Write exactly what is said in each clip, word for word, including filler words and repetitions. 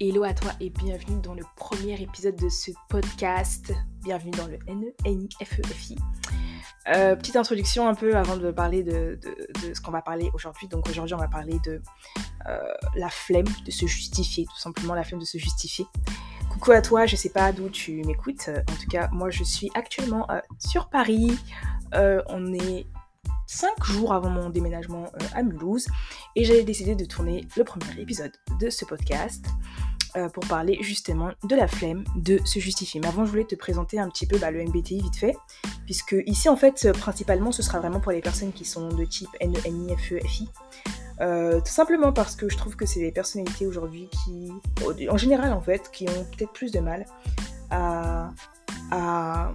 Hello à toi et bienvenue dans le premier épisode de ce podcast. Bienvenue dans le N E N I F E F I. Euh, petite introduction un peu avant de parler de, de, de ce qu'on va parler aujourd'hui. Donc aujourd'hui on va parler de euh, la flemme de se justifier, tout simplement la flemme de se justifier. Coucou à toi, je sais pas d'où tu m'écoutes. En tout cas, moi je suis actuellement euh, sur Paris. Euh, on est cinq jours avant mon déménagement euh, à Mulhouse et j'ai décidé de tourner le premier épisode de ce podcast euh, pour parler justement de la flemme de se justifier. Mais avant, je voulais te présenter un petit peu bah, le M B T I vite fait, puisque ici en fait, principalement, ce sera vraiment pour les personnes qui sont de type N E N I F E F I. Euh, tout simplement parce que je trouve que c'est des personnalités aujourd'hui qui, en général en fait, qui ont peut-être plus de mal à, à,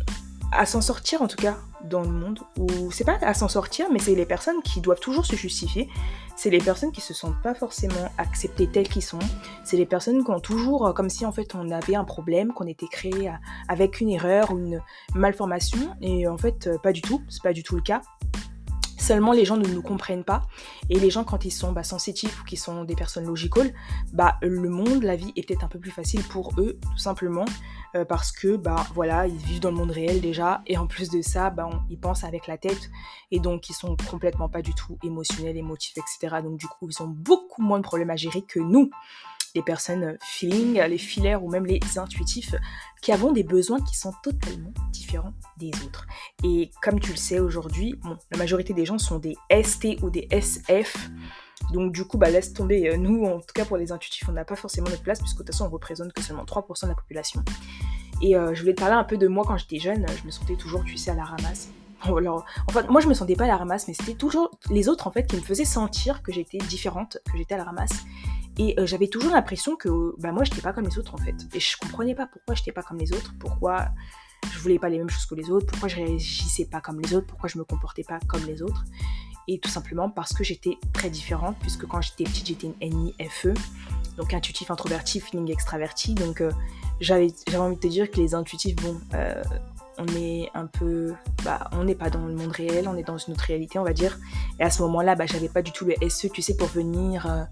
à s'en sortir en tout cas dans le monde, ou c'est pas à s'en sortir, mais c'est les personnes qui doivent toujours se justifier, c'est les personnes qui se sentent pas forcément acceptées telles qu'ils sont, c'est les personnes qui ont toujours, comme si en fait on avait un problème, qu'on était créé avec une erreur ou une malformation, et en fait pas du tout, c'est pas du tout le cas. Seulement les gens ne nous comprennent pas, et les gens quand ils sont bah, sensitifs ou qui sont des personnes logical, bah le monde, la vie est peut-être un peu plus facile pour eux, tout simplement, euh, parce que bah voilà, ils vivent dans le monde réel déjà, et en plus de ça, bah on, ils pensent avec la tête, et donc ils sont complètement pas du tout émotionnels, émotifs, et cetera. Donc du coup, ils ont beaucoup moins de problèmes à gérer que nous, les personnes feeling, les filaires ou même les intuitifs, qui avons des besoins qui sont totalement différents des autres. Et comme tu le sais aujourd'hui, bon, la majorité des gens sont des S T ou des S F, donc du coup, bah, laisse tomber. Nous, en tout cas pour les intuitifs, on n'a pas forcément notre place, puisque de toute façon, on représente que seulement trois pour cent de la population. Et euh, je voulais te parler un peu de moi quand j'étais jeune, je me sentais toujours, tu sais, à la ramasse. Alors, en fait, moi je me sentais pas à la ramasse, mais c'était toujours les autres en fait qui me faisaient sentir que j'étais différente, que j'étais à la ramasse. Et euh, j'avais toujours l'impression que bah, moi j'étais pas comme les autres en fait. Et je comprenais pas pourquoi j'étais pas comme les autres, pourquoi je voulais pas les mêmes choses que les autres, pourquoi je réagissais pas comme les autres, pourquoi je me comportais pas comme les autres. Et tout simplement parce que j'étais très différente, puisque quand j'étais petite j'étais une N I F E, donc intuitif, introverti, feeling extraverti. Donc euh, j'avais, j'avais envie de te dire que les intuitifs, bon... Euh, on est un peu, bah, on n'est pas dans le monde réel, on est dans une autre réalité, on va dire. Et à ce moment-là, bah, j'avais pas du tout le S E, tu sais, pour venir, euh,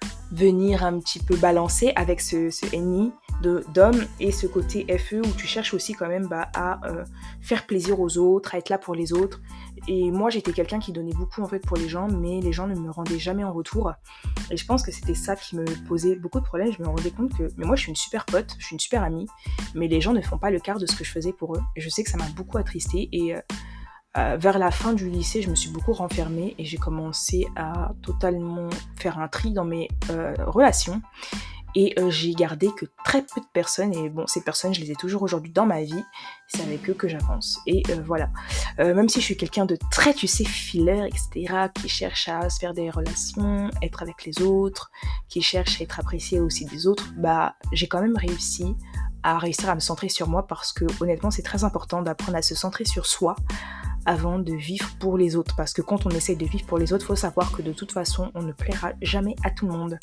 venir un petit peu balancer avec ce, ce N I de, d'homme et ce côté F E où tu cherches aussi quand même bah, à euh, faire plaisir aux autres, à être là pour les autres. Et moi, j'étais quelqu'un qui donnait beaucoup en fait pour les gens, mais les gens ne me rendaient jamais en retour. Et je pense que c'était ça qui me posait beaucoup de problèmes. Je me rendais compte que, mais moi, je suis une super pote, je suis une super amie, mais les gens ne font pas le quart de ce que je faisais pour eux. Et je sais que ça m'a beaucoup attristée. Et euh, euh, vers la fin du lycée, je me suis beaucoup renfermée et j'ai commencé à totalement faire un tri dans mes euh, relations. Et euh, j'ai gardé que très peu de personnes, et bon, ces personnes, je les ai toujours aujourd'hui dans ma vie, c'est avec eux que j'avance. Et euh, voilà. Euh, même si je suis quelqu'un de très, tu sais, filaire, et cetera, qui cherche à se faire des relations, être avec les autres, qui cherche à être apprécié aussi des autres, bah, j'ai quand même réussi à réussir à me centrer sur moi, parce que honnêtement, c'est très important d'apprendre à se centrer sur soi avant de vivre pour les autres. Parce que quand on essaye de vivre pour les autres, il faut savoir que de toute façon, on ne plaira jamais à tout le monde.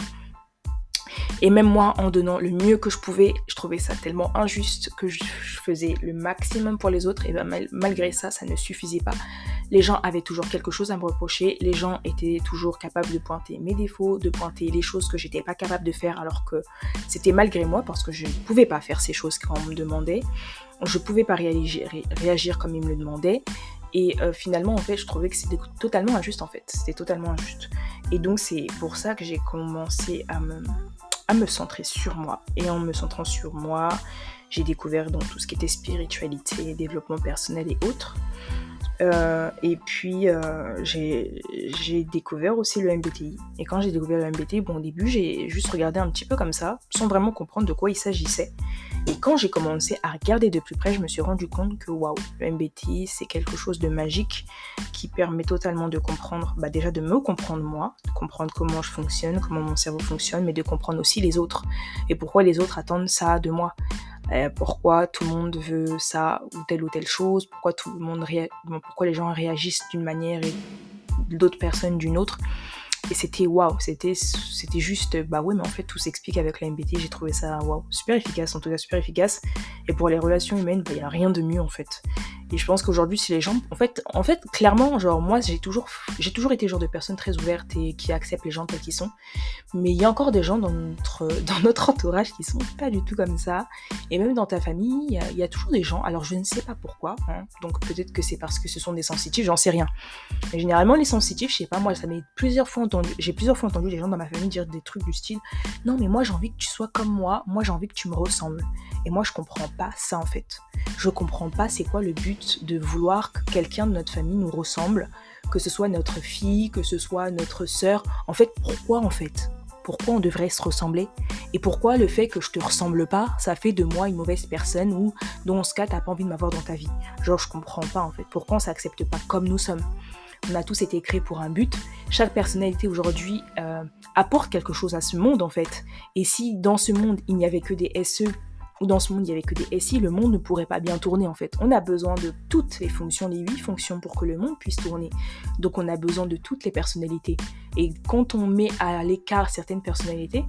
Et même moi, en donnant le mieux que je pouvais, je trouvais ça tellement injuste que je faisais le maximum pour les autres, et ben mal, malgré ça, ça ne suffisait pas. Les gens avaient toujours quelque chose à me reprocher, les gens étaient toujours capables de pointer mes défauts, de pointer les choses que j'étais pas capable de faire, alors que c'était malgré moi, parce que je ne pouvais pas faire ces choses quand on me demandait, je ne pouvais pas réagir, réagir comme ils me le demandaient. Et euh, finalement, en fait, je trouvais que c'était totalement injuste, en fait. C'était totalement injuste. Et donc, c'est pour ça que j'ai commencé à me, à me centrer sur moi. Et en me centrant sur moi, j'ai découvert donc tout ce qui était spiritualité, développement personnel et autres. Euh, et puis, euh, j'ai, j'ai découvert aussi le M B T I. Et quand j'ai découvert le M B T I, bon, au début, j'ai juste regardé un petit peu comme ça, sans vraiment comprendre de quoi il s'agissait. Et quand j'ai commencé à regarder de plus près, je me suis rendu compte que waouh, le M B T I, c'est quelque chose de magique qui permet totalement de comprendre, bah déjà de me comprendre moi, de comprendre comment je fonctionne, comment mon cerveau fonctionne, mais de comprendre aussi les autres. Et pourquoi les autres attendent ça de moi. Euh, pourquoi tout le monde veut ça ou telle ou telle chose, pourquoi tout le monde réa- pourquoi les gens réagissent d'une manière et d'autres personnes d'une autre. Et c'était waouh, c'était, c'était juste, bah ouais, mais en fait tout s'explique avec la M B T I, j'ai trouvé ça waouh, super efficace, en tout cas super efficace. Et pour les relations humaines, bah il n'y a rien de mieux en fait. Et je pense qu'aujourd'hui, si les gens... En fait, en fait clairement, genre, moi, j'ai toujours, j'ai toujours été le genre de personne très ouverte et qui accepte les gens tels qu'ils sont. Mais il y a encore des gens dans notre, dans notre entourage qui sont pas du tout comme ça. Et même dans ta famille, il y a, il y a toujours des gens... Alors, je ne sais pas pourquoi. Hein, donc, peut-être que c'est parce que ce sont des sensitifs, j'en sais rien. Mais généralement, les sensitifs, je sais pas, moi, ça m'est plusieurs fois entendu... J'ai plusieurs fois entendu des gens dans ma famille dire des trucs du style « Non, mais moi, j'ai envie que tu sois comme moi. Moi, j'ai envie que tu me ressembles. » Et moi, je comprends pas ça, en fait. Je comprends pas c'est quoi le but de vouloir que quelqu'un de notre famille nous ressemble, que ce soit notre fille, que ce soit notre sœur. En fait, pourquoi, en fait Pourquoi on devrait se ressembler? Et pourquoi le fait que je te ressemble pas, ça fait de moi une mauvaise personne ou, dans ce cas, t'as pas envie de m'avoir dans ta vie? Genre, je comprends pas, en fait. Pourquoi on s'accepte pas comme nous sommes? On a tous été créés pour un but. Chaque personnalité aujourd'hui euh, apporte quelque chose à ce monde, en fait. Et si dans ce monde, il n'y avait que des S E, ou dans ce monde, il n'y avait que des S I, le monde ne pourrait pas bien tourner, en fait. On a besoin de toutes les fonctions, les huit fonctions pour que le monde puisse tourner. Donc, on a besoin de toutes les personnalités. Et quand on met à l'écart certaines personnalités,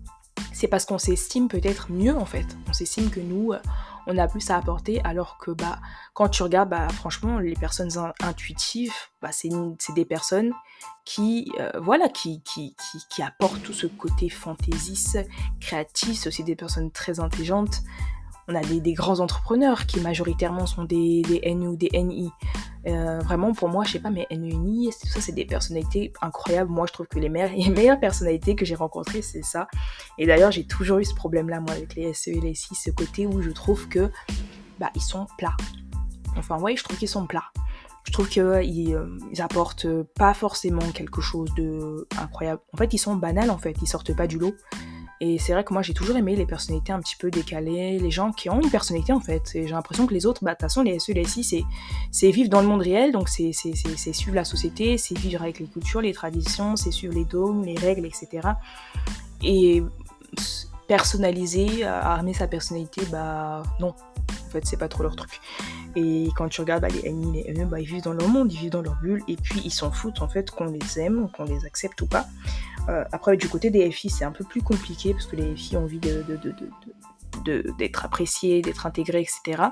c'est parce qu'on s'estime peut-être mieux, en fait. On s'estime que nous, on a plus à apporter, alors que, bah, quand tu regardes, bah, franchement, les personnes in- intuitives, bah, c'est, une- c'est des personnes qui, euh, voilà, qui, qui, qui, qui apportent tout ce côté fantaisiste, créatif. C'est aussi des personnes très intelligentes. On a des, des grands entrepreneurs qui majoritairement sont des, des N U ou des N I. Euh, vraiment, pour moi, je sais pas, mais N U, N I, tout ça, c'est des personnalités incroyables. Moi, je trouve que les meilleures, les meilleures personnalités que j'ai rencontrées, c'est ça. Et d'ailleurs, j'ai toujours eu ce problème-là, moi, avec les S E et les S I, ce côté où je trouve que, bah, ils sont plats. Enfin, ouais, je trouve qu'ils sont plats. Je trouve qu'ils euh, ils apportent pas forcément quelque chose de incroyable. En fait, ils sont banals, en fait. Ils sortent pas du lot. Et c'est vrai que moi, j'ai toujours aimé les personnalités un petit peu décalées, les gens qui ont une personnalité, en fait. Et j'ai l'impression que les autres, bah, de toute façon, les S E, les S I, c'est, c'est vivre dans le monde réel, donc c'est, c'est, c'est, c'est suivre la société, c'est vivre avec les cultures, les traditions, c'est suivre les dogmes, les règles, et cetera. Et personnaliser, armer sa personnalité, bah non. En fait, c'est pas trop leur truc. Et quand tu regardes bah, les N I, les N E, bah, ils vivent dans leur monde, ils vivent dans leur bulle, et puis ils s'en foutent, en fait, qu'on les aime, qu'on les accepte ou pas. Euh, après, du côté des F I, c'est un peu plus compliqué, parce que les F I ont envie de, de, de, de, de, d'être appréciés, d'être intégrés, et cetera.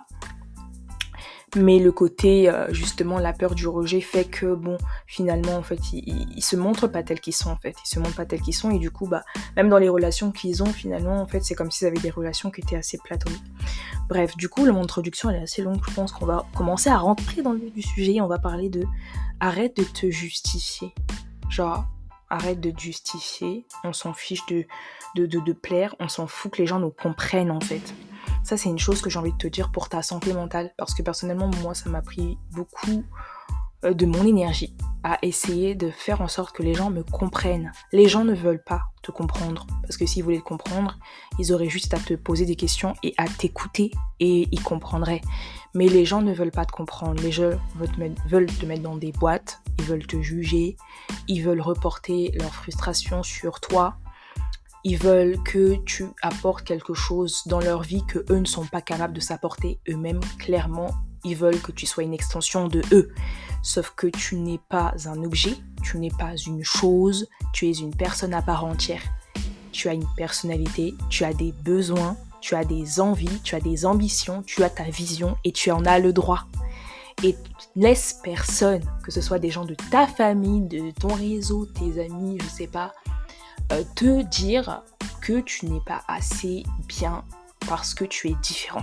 Mais le côté, euh, justement, la peur du rejet fait que, bon, finalement, en fait, ils, ils, ils se montrent pas tels qu'ils sont, en fait. Ils se montrent pas tels qu'ils sont, et du coup, bah, même dans les relations qu'ils ont, finalement, en fait, c'est comme s'ils avaient des relations qui étaient assez platoniques. Bref, du coup, mon introduction, elle est assez longue. Je pense qu'on va commencer à rentrer dans le vif du sujet. On va parler de « arrête de te justifier ». Genre, arrête de te justifier. On s'en fiche de, de, de, de plaire. On s'en fout que les gens nous comprennent, en fait. Ça, c'est une chose que j'ai envie de te dire pour ta santé mentale. Parce que personnellement, moi, ça m'a pris beaucoup euh, de mon énergie à essayer de faire en sorte que les gens me comprennent. Les gens ne veulent pas te comprendre. Parce que s'ils voulaient te comprendre, ils auraient juste à te poser des questions et à t'écouter et ils comprendraient. Mais les gens ne veulent pas te comprendre. Les gens veulent te mettre, veulent te mettre dans des boîtes. Ils veulent te juger. Ils veulent reporter leur frustration sur toi. Ils veulent que tu apportes quelque chose dans leur vie que eux ne sont pas capables de s'apporter eux-mêmes. Clairement, ils veulent que tu sois une extension de eux. Sauf que tu n'es pas un objet, tu n'es pas une chose, tu es une personne à part entière. Tu as une personnalité, tu as des besoins, tu as des envies, tu as des ambitions, tu as ta vision et tu en as le droit. Et laisse personne, que ce soit des gens de ta famille, de ton réseau, tes amis, je sais pas, Euh, te dire que tu n'es pas assez bien parce que tu es différent.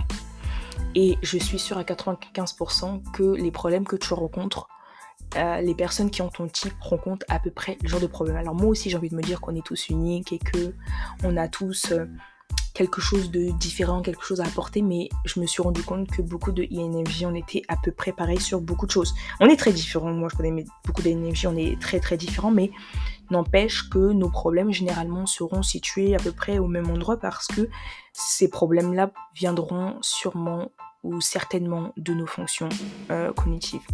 Et je suis sûre à quatre-vingt-quinze pour cent que les problèmes que tu rencontres, euh, les personnes qui ont ton type rencontrent à peu près le genre de problème. Alors moi aussi j'ai envie de me dire qu'on est tous uniques et que on a tous euh, quelque chose de différent, quelque chose à apporter, mais je me suis rendu compte que beaucoup de I N F J, on était à peu près pareil sur beaucoup de choses. On est très différents, moi je connais beaucoup d'I N F J, on est très très différents, mais n'empêche que nos problèmes généralement seront situés à peu près au même endroit parce que ces problèmes-là viendront sûrement ou certainement de nos fonctions euh, cognitives.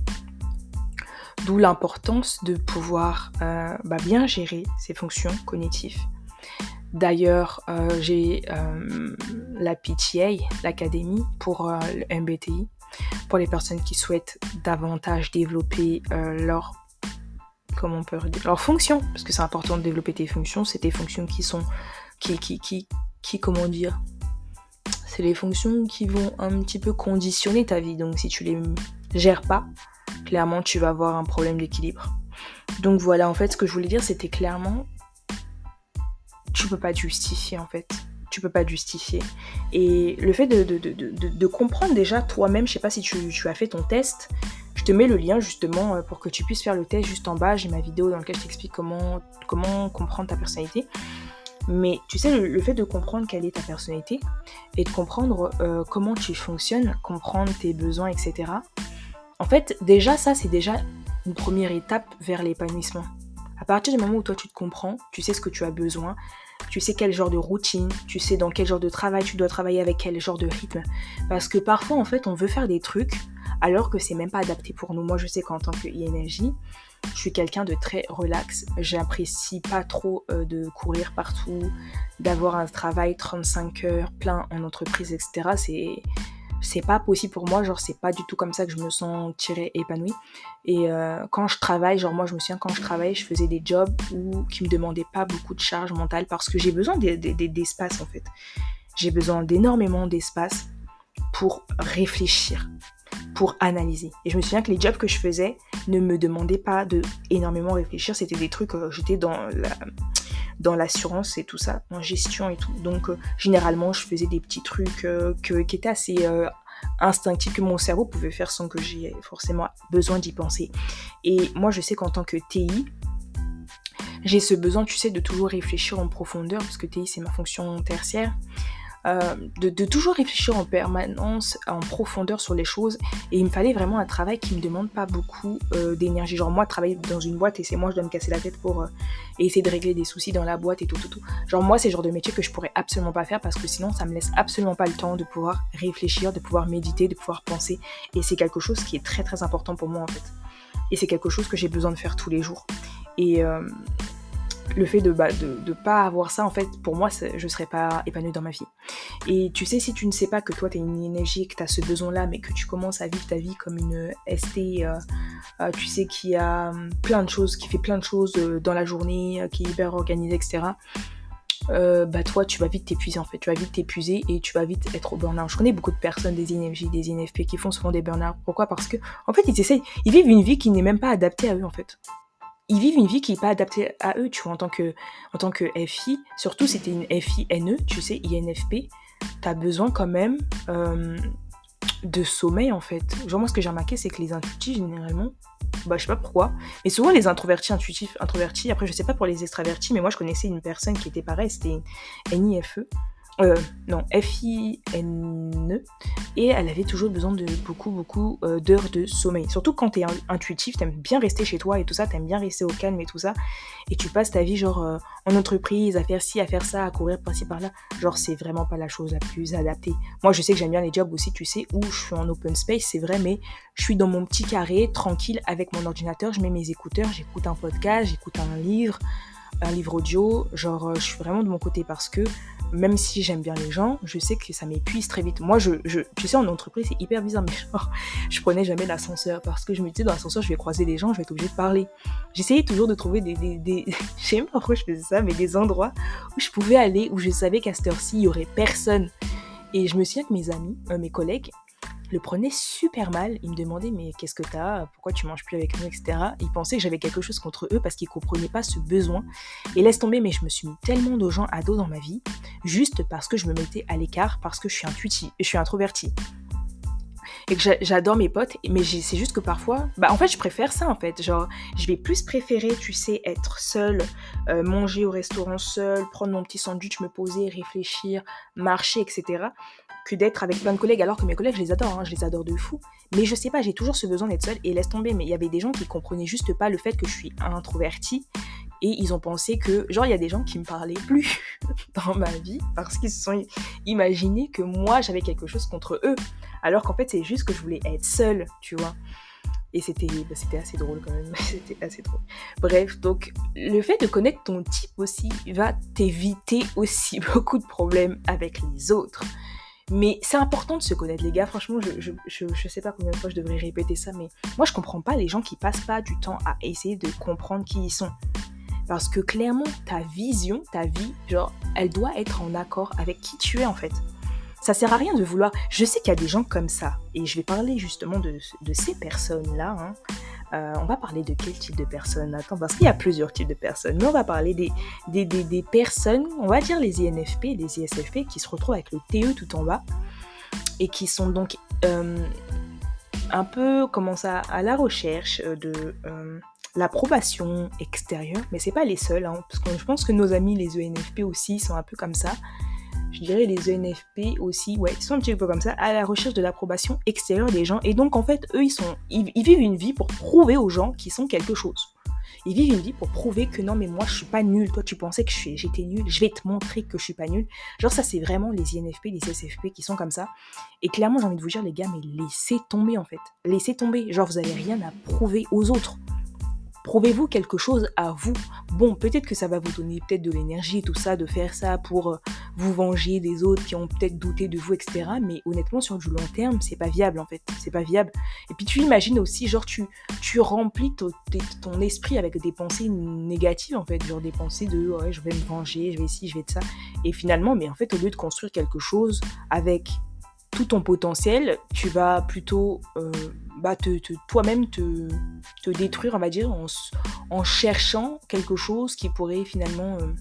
D'où l'importance de pouvoir euh, bah, bien gérer ces fonctions cognitives. D'ailleurs, euh, j'ai euh, la P T A, l'académie pour euh, le M B T I, pour les personnes qui souhaitent davantage développer euh, leur, comment on peut dire, leurs fonctions, parce que c'est important de développer tes fonctions, c'est tes fonctions qui sont, qui, qui, qui, qui, comment dire, c'est les fonctions qui vont un petit peu conditionner ta vie, donc si tu les gères pas, clairement, tu vas avoir un problème d'équilibre. Donc voilà, en fait, ce que je voulais dire, c'était clairement, tu peux pas te justifier, en fait. Tu peux pas te justifier. Et le fait de, de, de, de, de comprendre déjà toi-même, je sais pas si tu, tu as fait ton test, je te mets le lien justement pour que tu puisses faire le test juste en bas. J'ai ma vidéo dans laquelle je t'explique comment, comment comprendre ta personnalité. Mais tu sais, le, le fait de comprendre quelle est ta personnalité et de comprendre euh, comment tu fonctionnes, comprendre tes besoins, et cetera. En fait, déjà ça, c'est déjà une première étape vers l'épanouissement. À partir du moment où toi tu te comprends, tu sais ce que tu as besoin, tu sais quel genre de routine, tu sais dans quel genre de travail tu dois travailler, avec quel genre de rythme. Parce que parfois, en fait, on veut faire des trucs alors que c'est même pas adapté pour nous. Moi, je sais qu'en tant que I N F J, je suis quelqu'un de très relax. J'apprécie pas trop euh, de courir partout, d'avoir un travail trente-cinq heures plein en entreprise, et cetera. C'est... c'est pas possible pour moi, genre c'est pas du tout comme ça que je me sens tirée, épanouie. Et euh, quand je travaille, genre moi je me souviens quand je travaillais, je faisais des jobs où, qui me demandaient pas beaucoup de charge mentale parce que j'ai besoin de, de, de, d'espace en fait. J'ai besoin d'énormément d'espace pour réfléchir, pour analyser. Et je me souviens que les jobs que je faisais ne me demandaient pas de énormément réfléchir, c'était des trucs, euh, j'étais dans la... dans l'assurance et tout ça, en gestion et tout. Donc, euh, généralement, je faisais des petits trucs euh, que, qui étaient assez euh, instinctifs, que mon cerveau pouvait faire sans que j'aie forcément besoin d'y penser. Et moi, je sais qu'en tant que T I, j'ai ce besoin, tu sais, de toujours réfléchir en profondeur, parce que T I, c'est ma fonction tertiaire, euh, de, de toujours réfléchir en permanence, en profondeur sur les choses. Et il me fallait vraiment un travail qui me demande pas beaucoup euh, d'énergie. Genre moi, travailler dans une boîte et c'est moi, je dois me casser la tête pour euh, essayer de régler des soucis dans la boîte et tout, tout, tout. Genre moi, c'est le genre de métier que je pourrais absolument pas faire parce que sinon, ça me laisse absolument pas le temps de pouvoir réfléchir, de pouvoir méditer, de pouvoir penser. Et c'est quelque chose qui est très très important pour moi en fait. Et c'est quelque chose que j'ai besoin de faire tous les jours. Et... Euh, le fait de bah, de, de pas avoir ça, en fait, pour moi, je serais pas épanouie dans ma vie. Et tu sais, si tu ne sais pas que toi, tu as une énergie, que tu as ce besoin-là, mais que tu commences à vivre ta vie comme une S T, euh, euh, tu sais, qui a plein de choses, qui fait plein de choses euh, dans la journée, euh, qui est hyper organisée, et cetera, euh, bah toi, tu vas vite t'épuiser, en fait. Tu vas vite t'épuiser et tu vas vite être au burn-out. Je connais beaucoup de personnes, des I N F J, des I N F P, qui font souvent des burn-out. Pourquoi ? Parce que, en fait, ils essayent, ils vivent une vie qui n'est même pas adaptée à eux, en fait. Ils vivent une vie qui n'est pas adaptée à eux, tu vois, en tant que, en tant que F I, surtout si t'es une F I N E, tu sais, I N F P, t'as besoin quand même euh, de sommeil, en fait. Genre, moi, ce que j'ai remarqué, c'est que les intuitifs, généralement, bah, je sais pas pourquoi, mais souvent les introvertis, intuitifs, introvertis, après, je sais pas pour les extravertis, mais moi, je connaissais une personne qui était pareille, c'était une N I F E, Euh, non, F I N E, et elle avait toujours besoin de beaucoup, beaucoup euh, d'heures de sommeil. Surtout quand t'es intuitif, t'aimes bien rester chez toi et tout ça, t'aimes bien rester au calme et tout ça, et tu passes ta vie genre euh, en entreprise, à faire ci, à faire ça, à courir par-ci, par-là. Genre, c'est vraiment pas la chose la plus adaptée. Moi, je sais que j'aime bien les jobs aussi, tu sais, où je suis en open space, c'est vrai, mais je suis dans mon petit carré, tranquille, avec mon ordinateur, je mets mes écouteurs, j'écoute un podcast, j'écoute un livre, un livre audio, genre, euh, je suis vraiment de mon côté parce que même si j'aime bien les gens, je sais que ça m'épuise très vite. Moi, je, je, tu sais, en entreprise, c'est hyper bizarre, mais genre, je prenais jamais l'ascenseur parce que je me disais, dans l'ascenseur, je vais croiser des gens, je vais être obligée de parler. J'essayais toujours de trouver des, des, des... je sais même pas pourquoi je faisais ça, mais des endroits où je pouvais aller, où je savais qu'à cette heure-ci, il y aurait personne. Et je me souviens que mes amis, euh, mes collègues, le prenaient super mal. Ils me demandaient, mais qu'est-ce que t'as ? Pourquoi tu manges plus avec nous, et cetera. Ils pensaient que j'avais quelque chose contre eux parce qu'ils comprenaient pas ce besoin. Et laisse tomber, mais je me suis mis tellement de gens à dos dans ma vie, juste parce que je me mettais à l'écart, parce que je suis intuitive, je suis introvertie. Et que j'adore mes potes, mais c'est juste que parfois, bah en fait je préfère ça en fait, genre je vais plus préférer, tu sais, être seule, euh, manger au restaurant seule, prendre mon petit sandwich, me poser, réfléchir, marcher, et cetera, que d'être avec plein de collègues, alors que mes collègues je les adore, hein, je les adore de fou, mais je sais pas, j'ai toujours ce besoin d'être seule, et laisse tomber, mais il y avait des gens qui comprenaient juste pas le fait que je suis introvertie, et ils ont pensé que, genre il y a des gens qui me parlaient plus dans ma vie, parce qu'ils se sont imaginés que moi j'avais quelque chose contre eux, alors qu'en fait c'est juste que je voulais être seule, tu vois. Et c'était, bah, c'était assez drôle quand même, c'était assez drôle. Bref, donc le fait de connaître ton type aussi va t'éviter aussi beaucoup de problèmes avec les autres. Mais c'est important de se connaître, les gars. Franchement, je, je, je, je sais pas combien de fois je devrais répéter ça, mais moi je comprends pas les gens qui passent pas du temps à essayer de comprendre qui ils sont. Parce que clairement, ta vision, ta vie, genre, elle doit être en accord avec qui tu es en fait. Ça Ça sert à rien de vouloir... Je sais qu'il y a des gens comme ça, et je vais parler justement de, de ces personnes-là. Hein. Euh, on va parler de quel type de personnes? Attends, parce qu'il y a plusieurs types de personnes, mais on va parler des, des, des, des personnes, on va dire les I N F P, les I S F P, qui se retrouvent avec le T E tout en bas, et qui sont donc euh, un peu, comment ça, à la recherche de... Euh, l'approbation extérieure, mais c'est pas les seuls, hein, parce que je pense que nos amis les E N F P aussi sont un peu comme ça. Je dirais les E N F P aussi, ouais, ils sont un petit peu comme ça, à la recherche de l'approbation extérieure des gens, et donc en fait, eux, ils sont, ils, ils vivent une vie pour prouver aux gens qu'ils sont quelque chose. Ils vivent une vie pour prouver que non, mais moi, je suis pas nulle. Toi, tu pensais que je suis, j'étais nulle. Je vais te montrer que je suis pas nulle. Genre, ça, c'est vraiment les I N F P, les S F P qui sont comme ça. Et clairement, j'ai envie de vous dire, les gars, mais laissez tomber, en fait. Laissez tomber. Genre, vous avez rien à prouver aux autres. Prouvez-vous quelque chose à vous. Bon, peut-être que ça va vous donner peut-être de l'énergie et tout ça, de faire ça pour vous venger des autres qui ont peut-être douté de vous, et cetera. Mais honnêtement, sur du long terme, c'est pas viable en fait. C'est pas viable. Et puis tu imagines aussi, genre tu, tu remplis ton, ton esprit avec des pensées négatives en fait. Genre des pensées de ouais, je vais me venger, je vais ci, je vais de ça. Et finalement, mais en fait, au lieu de construire quelque chose avec tout ton potentiel, tu vas plutôt euh, bah, te, te, toi-même te, te détruire, on va dire, en, en cherchant quelque chose qui pourrait finalement... Euh,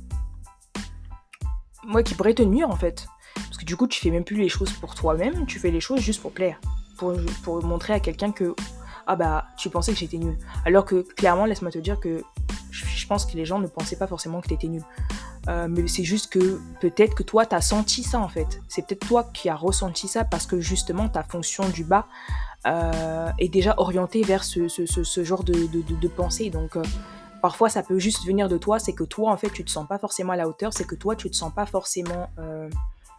ouais, qui pourrait te nuire, en fait. Parce que du coup, tu fais même plus les choses pour toi-même, tu fais les choses juste pour plaire. Pour, pour montrer à quelqu'un que, ah bah, tu pensais que j'étais nulle. Alors que, clairement, laisse-moi te dire que je pense que les gens ne pensaient pas forcément que t'étais nulle. Euh, mais c'est juste que peut-être que toi t'as senti ça en fait, c'est peut-être toi qui as ressenti ça parce que justement ta fonction du bas euh, est déjà orientée vers ce, ce, ce, ce genre de, de, de, de pensée, donc euh, parfois ça peut juste venir de toi, c'est que toi en fait tu te sens pas forcément à la hauteur, c'est que toi tu te sens pas forcément euh,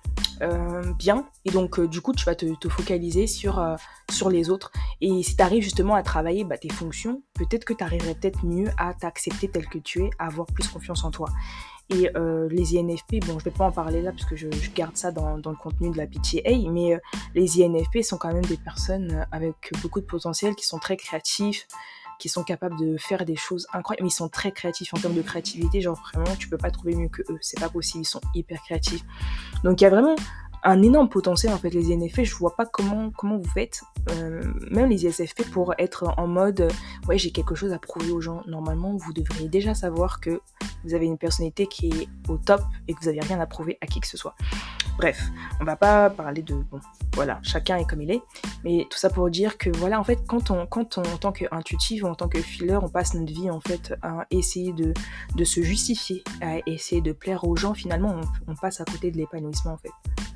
euh, bien, et donc euh, du coup tu vas te, te focaliser sur, euh, sur les autres, et si tu arrives justement à travailler bah, tes fonctions, peut-être que tu arriverais peut-être mieux à t'accepter tel que tu es, à avoir plus confiance en toi. Et euh, les I N F P, bon, je vais pas en parler là parce que je, je garde ça dans, dans le contenu de la P T A, mais euh, les I N F P sont quand même des personnes avec beaucoup de potentiel, qui sont très créatifs, qui sont capables de faire des choses incroyables, mais ils sont très créatifs en termes de créativité, genre vraiment, tu peux pas trouver mieux que eux, c'est pas possible, ils sont hyper créatifs. Donc il y a vraiment un énorme potentiel en fait, les I N F P, je vois pas comment, comment vous faites, euh, même les I S F P, pour être en mode euh, ouais, j'ai quelque chose à prouver aux gens. Normalement, vous devriez déjà savoir que vous avez une personnalité qui est au top et que vous avez rien à prouver à qui que ce soit. Bref, on va pas parler de... Bon, voilà, chacun est comme il est, mais tout ça pour dire que voilà, en fait, quand on, quand on en tant qu'intuitif ou en tant que filler, on passe notre vie en fait à essayer de, de se justifier, à essayer de plaire aux gens, finalement, on, on passe à côté de l'épanouissement en fait.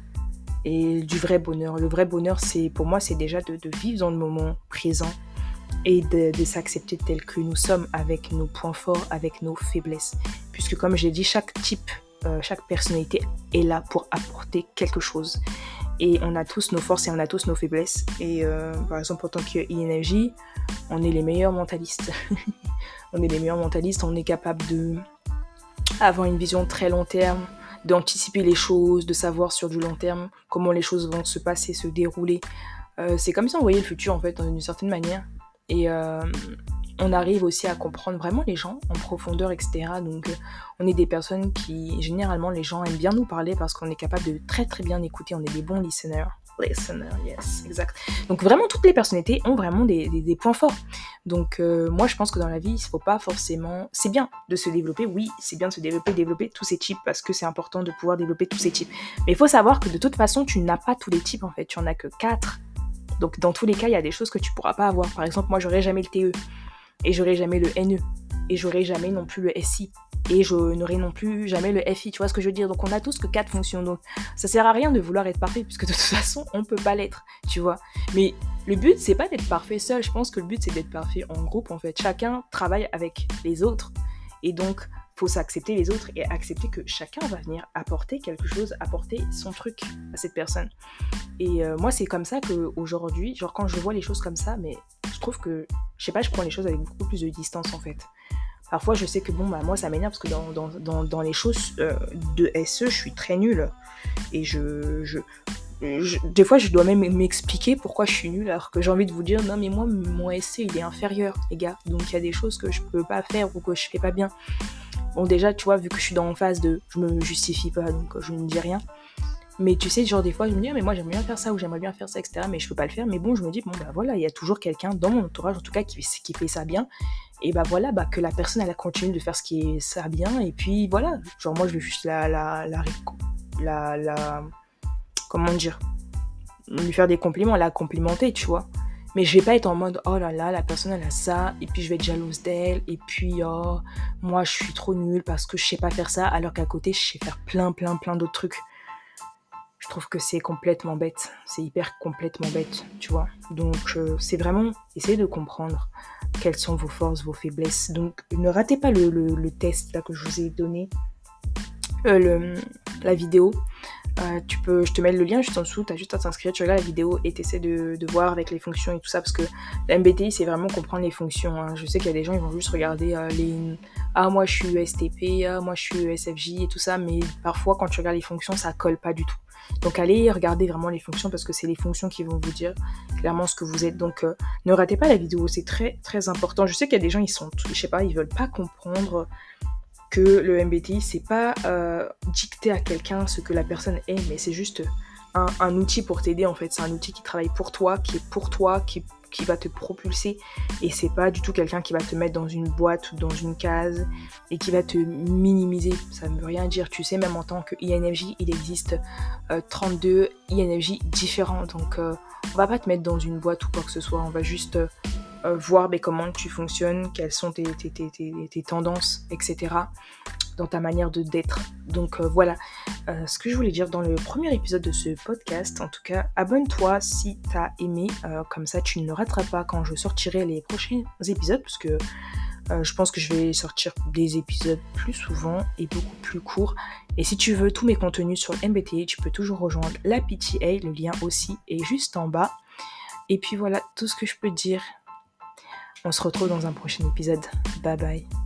Et du vrai bonheur. Le vrai bonheur, c'est, pour moi, c'est déjà de, de vivre dans le moment présent et de, de s'accepter tel que nous sommes, avec nos points forts, avec nos faiblesses. Puisque comme j'ai dit, chaque type, euh, chaque personnalité est là pour apporter quelque chose. Et on a tous nos forces et on a tous nos faiblesses. Et euh, par exemple, en tant que I N F J, on est les meilleurs mentalistes. on est les meilleurs mentalistes, on est capable de avoir une vision très long terme, d'anticiper les choses, de savoir sur du long terme comment les choses vont se passer, se dérouler. Euh, c'est comme si on voyait le futur en fait, d'une certaine manière. Et euh, on arrive aussi à comprendre vraiment les gens en profondeur, et cetera. Donc euh, on est des personnes qui, généralement, les gens aiment bien nous parler parce qu'on est capable de très très bien écouter, on est des bons listeners. Listener, yes, exact. Donc vraiment, toutes les personnalités ont vraiment des, des, des points forts. Donc euh, moi, je pense que dans la vie, il ne faut pas forcément... C'est bien de se développer, oui, c'est bien de se développer, développer tous ces types, parce que c'est important de pouvoir développer tous ces types. Mais il faut savoir que de toute façon, tu n'as pas tous les types, en fait. Tu n'en as que quatre. Donc dans tous les cas, il y a des choses que tu ne pourras pas avoir. Par exemple, moi, j'aurai jamais le T E, et j'aurai jamais le N E, et j'aurai jamais non plus le S I. Et je n'aurai non plus jamais le F I, tu vois ce que je veux dire. Donc on a tous que quatre fonctions, donc ça sert à rien de vouloir être parfait, puisque de toute façon on peut pas l'être, tu vois. Mais le but c'est pas d'être parfait seul, je pense que le but c'est d'être parfait en groupe en fait. Chacun travaille avec les autres, et donc faut s'accepter les autres et accepter que chacun va venir apporter quelque chose, apporter son truc à cette personne. Et euh, moi c'est comme ça qu'aujourd'hui, genre quand je vois les choses comme ça, mais je trouve que, je sais pas, je prends les choses avec beaucoup plus de distance en fait. Parfois, je sais que bon, bah, moi, ça m'énerve parce que dans, dans, dans, dans les choses euh, de S E, je suis très nulle. Et je, je, je... Des fois, je dois même m'expliquer pourquoi je suis nulle, alors que j'ai envie de vous dire, non, mais moi, mon S E, il est inférieur, les gars. Donc, il y a des choses que je peux pas faire ou que je fais pas bien. Bon, déjà, tu vois, vu que je suis dans une phase de... Je me justifie pas, donc je ne dis rien. Mais tu sais, genre des fois, je me dis, ah, mais moi j'aimerais bien faire ça ou j'aimerais bien faire ça, et cetera. Mais je peux pas le faire. Mais bon, je me dis, bon, bah voilà, il y a toujours quelqu'un dans mon entourage, en tout cas, qui, qui fait ça bien. Et bah voilà, bah, que la personne, elle a continué de faire ce qui est ça bien. Et puis voilà, genre moi, je vais juste la, la, la, la, la comment dire, lui faire des compliments, la complimenter, tu vois. Mais je vais pas être en mode, oh là là, la personne, elle a ça, et puis je vais être jalouse d'elle, et puis, oh, moi, je suis trop nulle parce que je sais pas faire ça, alors qu'à côté, je sais faire plein, plein, plein d'autres trucs. Je trouve que c'est complètement bête. C'est hyper complètement bête, tu vois. Donc, euh, c'est vraiment essayer de comprendre quelles sont vos forces, vos faiblesses. Donc, ne ratez pas le, le, le test là, que je vous ai donné, euh, le, la vidéo. Euh, tu peux, je te mets le lien juste en dessous, tu as juste à t'inscrire, tu regardes la vidéo et tu essaies de, de voir avec les fonctions et tout ça, parce que la M B T I, c'est vraiment comprendre les fonctions. Hein. Je sais qu'il y a des gens, ils vont juste regarder euh, les... Ah, moi, je suis E S T P, ah, moi, je suis E S F J et tout ça, mais parfois, quand tu regardes les fonctions, ça colle pas du tout. Donc, allez regarder vraiment les fonctions, parce que c'est les fonctions qui vont vous dire clairement ce que vous êtes. Donc, euh, ne ratez pas la vidéo, c'est très, très important. Je sais qu'il y a des gens, ils sont, je sais pas, ils veulent pas comprendre que le M B T I, c'est pas euh, dicter à quelqu'un ce que la personne est, mais c'est juste un, un outil pour t'aider, en fait. C'est un outil qui travaille pour toi, qui est pour toi, qui, qui va te propulser, et c'est pas du tout quelqu'un qui va te mettre dans une boîte ou dans une case et qui va te minimiser. Ça ne veut rien dire. Tu sais, même en tant que I N F J, il existe euh, trente-deux I N F J différents, donc euh, on va pas te mettre dans une boîte ou quoi que ce soit, on va juste... Euh, Euh, voir ben, comment tu fonctionnes, quelles sont tes, tes, tes, tes, tes tendances, et cetera dans ta manière de d'être. Donc euh, voilà euh, ce que je voulais dire dans le premier épisode de ce podcast. En tout cas, abonne-toi si t'as aimé, euh, comme ça tu ne rateras pas quand je sortirai les prochains épisodes, parce que euh, je pense que je vais sortir des épisodes plus souvent et beaucoup plus courts. Et si tu veux tous mes contenus sur le M B T I, tu peux toujours rejoindre la P T A, le lien aussi est juste en bas. Et puis voilà tout ce que je peux dire. On se retrouve dans un prochain épisode. Bye bye.